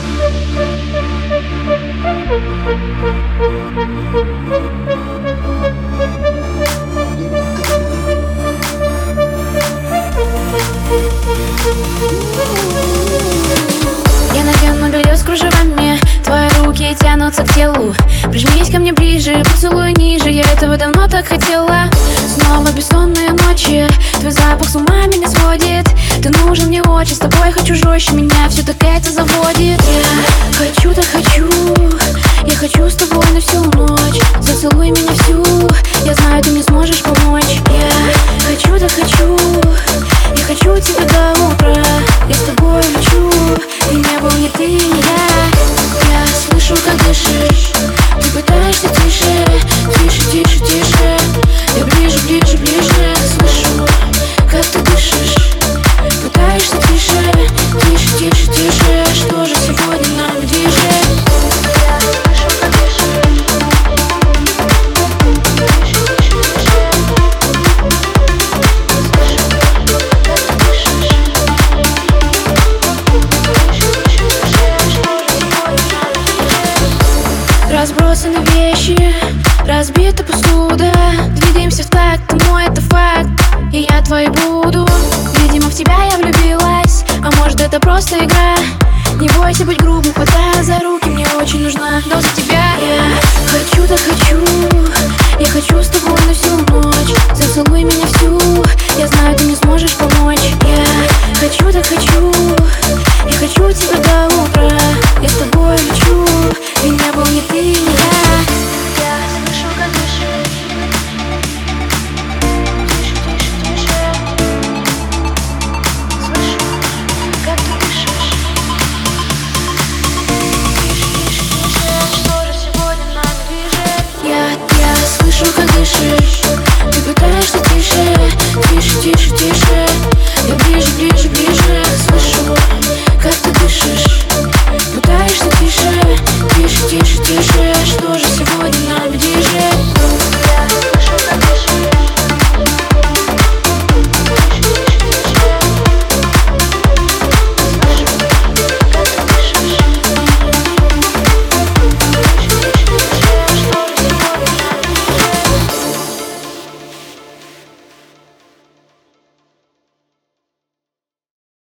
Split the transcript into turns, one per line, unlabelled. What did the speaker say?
Я надену белье с кружевами, твои руки тянутся к телу. Прижмись ко мне ближе, поцелуй ниже, я этого давно так хотела. Снова бессонные ночи, твой запах с ума меня сводит. Ты нужен мне очень, с тобой хочу жестче, меня все так это заводит. Я хочу, так хочу, я хочу с тобой на всю ночь. Зацелуй меня всю, я знаю, ты мне сможешь помочь. Я хочу, так хочу, я хочу тебя до утра. Я с тобой лечу, и не был ни ты, ни я. Я слышу, как дышишь, ты пытаешься тише, тише, тише, тише. Я ближе, ближе, ближе, слышу, как ты дышишь. Пытаешься тише, тише, тише, тише. Что же сегодня нам движет? Разбросаны вещи, разбита посуда. Двигаемся в такт, ты мой, это факт, и я твой буду. Видимо, в тебя я влюбилась, а может это просто игра. Не бойся быть грубым, хватай за руки, мне очень нужна доза тебя. Я хочу, так хочу, я хочу с тобой на всю ночь. Зацелуй меня всю, я знаю, ты мне сможешь помочь. Я хочу, так хочу,